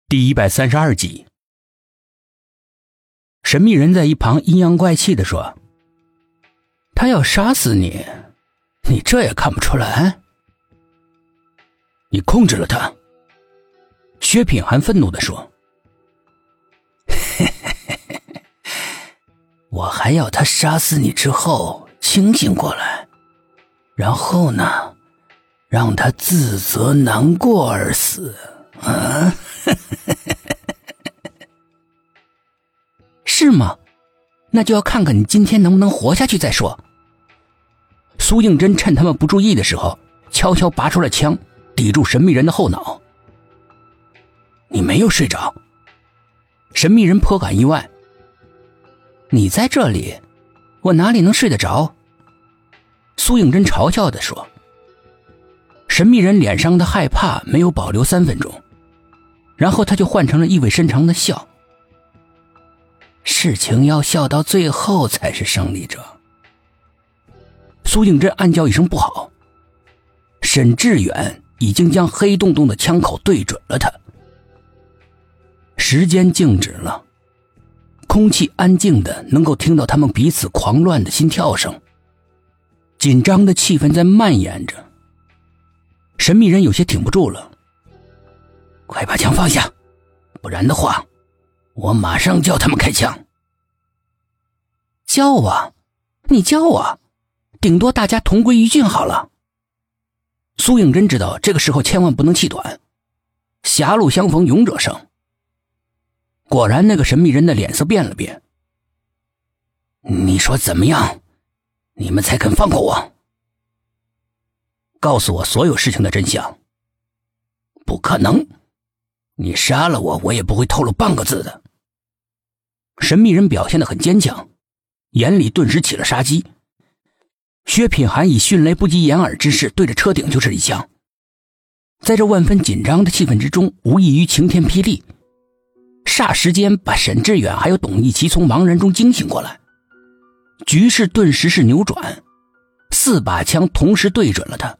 第132集。神秘人在一旁阴阳怪气地说：“他要杀死你，你这也看不出来？你控制了他。”薛品涵愤怒地说：“我还要他杀死你之后清醒过来，然后呢，让他自责难过而死。啊？是吗？那就要看看你今天能不能活下去再说。”苏应真趁他们不注意的时候，悄悄拔出了枪，抵住神秘人的后脑。你没有睡着？神秘人颇感意外。你在这里，我哪里能睡得着？苏应真嘲笑地说。神秘人脸上的害怕没有保留3分钟，然后他就换成了意味深长的笑。事情要笑到最后才是胜利者。苏应真暗叫一声不好，沈志远已经将黑洞洞的枪口对准了他。时间静止了，空气安静的能够听到他们彼此狂乱的心跳声，紧张的气氛在蔓延着。神秘人有些挺不住了，快把枪放下，不然的话我马上叫他们开枪。教我？你教我？顶多大家同归于尽好了。苏应真知道这个时候千万不能气短，狭路相逢勇者胜。果然那个神秘人的脸色变了变。你说怎么样，你们才肯放过我？告诉我所有事情的真相。不可能，你杀了我，我也不会透露半个字的。神秘人表现得很坚强，眼里顿时起了杀机。薛品涵以迅雷不及掩耳之势对着车顶就是一枪。在这万分紧张的气氛之中，无异于晴天霹雳，霎时间把沈志远还有董一奇从茫然中惊醒过来。局势顿时是扭转，4把枪同时对准了他。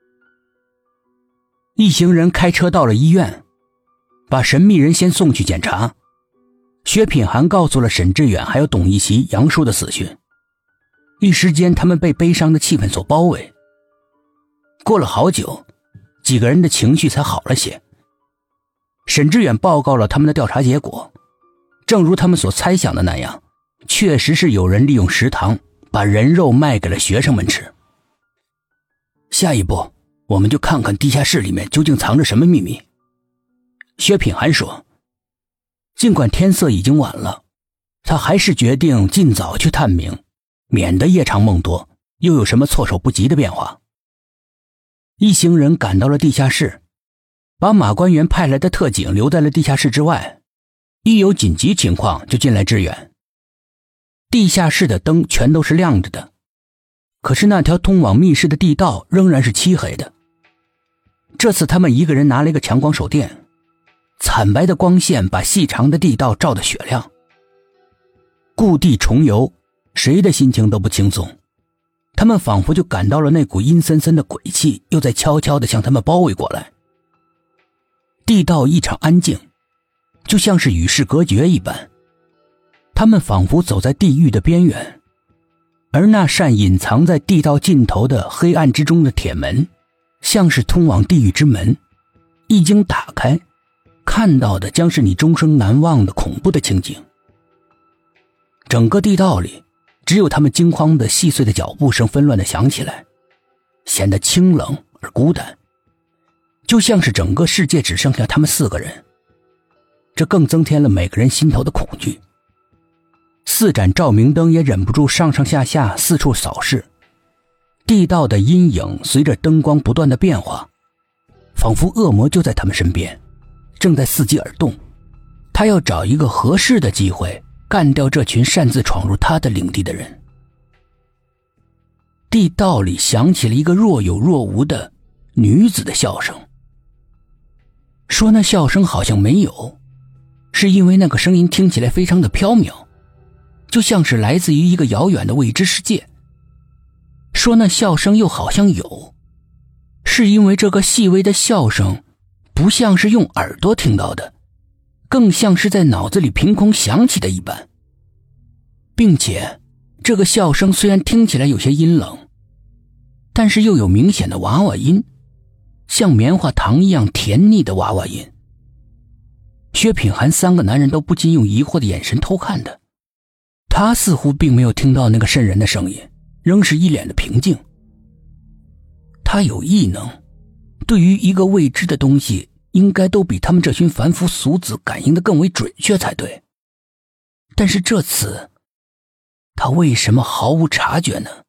一行人开车到了医院，把神秘人先送去检查。薛品涵告诉了沈志远还有董一奇杨叔的死讯。一时间他们被悲伤的气氛所包围。过了好久，几个人的情绪才好了些。沈志远报告了他们的调查结果，正如他们所猜想的那样，确实是有人利用食堂把人肉卖给了学生们吃。下一步我们就看看地下室里面究竟藏着什么秘密。薛品涵说，尽管天色已经晚了，他还是决定尽早去探明，免得夜长梦多，又有什么措手不及的变化。一行人赶到了地下室，把马官员派来的特警留在了地下室之外，一有紧急情况就进来支援。地下室的灯全都是亮着的，可是那条通往密室的地道仍然是漆黑的。这次他们一个人拿了一个强光手电，惨白的光线把细长的地道照得雪亮。故地重游，谁的心情都不轻松，他们仿佛就感到了那股阴森森的鬼气又在悄悄地向他们包围过来。地道异常安静，就像是与世隔绝一般，他们仿佛走在地狱的边缘，而那扇隐藏在地道尽头的黑暗之中的铁门，像是通往地狱之门，一经打开，看到的将是你终生难忘的恐怖的情景。整个地道里只有他们惊慌的细碎的脚步声纷乱地响起来，显得清冷而孤单，就像是整个世界只剩下他们4个人。这更增添了每个人心头的恐惧。4盏照明灯也忍不住上上下下四处扫视，地道的阴影随着灯光不断的变化，仿佛恶魔就在他们身边，正在伺机而动。他要找一个合适的机会干掉这群擅自闯入他的领地的人。地道里响起了一个若有若无的女子的笑声。说那笑声好像没有，是因为那个声音听起来非常的飘渺，就像是来自于一个遥远的未知世界。说那笑声又好像有，是因为这个细微的笑声不像是用耳朵听到的， 更像是在脑子里凭空响起的一般，并且这个笑声虽然听起来有些阴冷，但是又有明显的娃娃音，像棉花糖一样甜腻的娃娃音。薛品涵三个男人都不禁用疑惑的眼神偷看他，他似乎并没有听到那个瘆人的声音，仍是一脸的平静。他有异能，对于一个未知的东西，应该都比他们这群凡夫俗子感应得更为准确才对。但是这次，他为什么毫无察觉呢？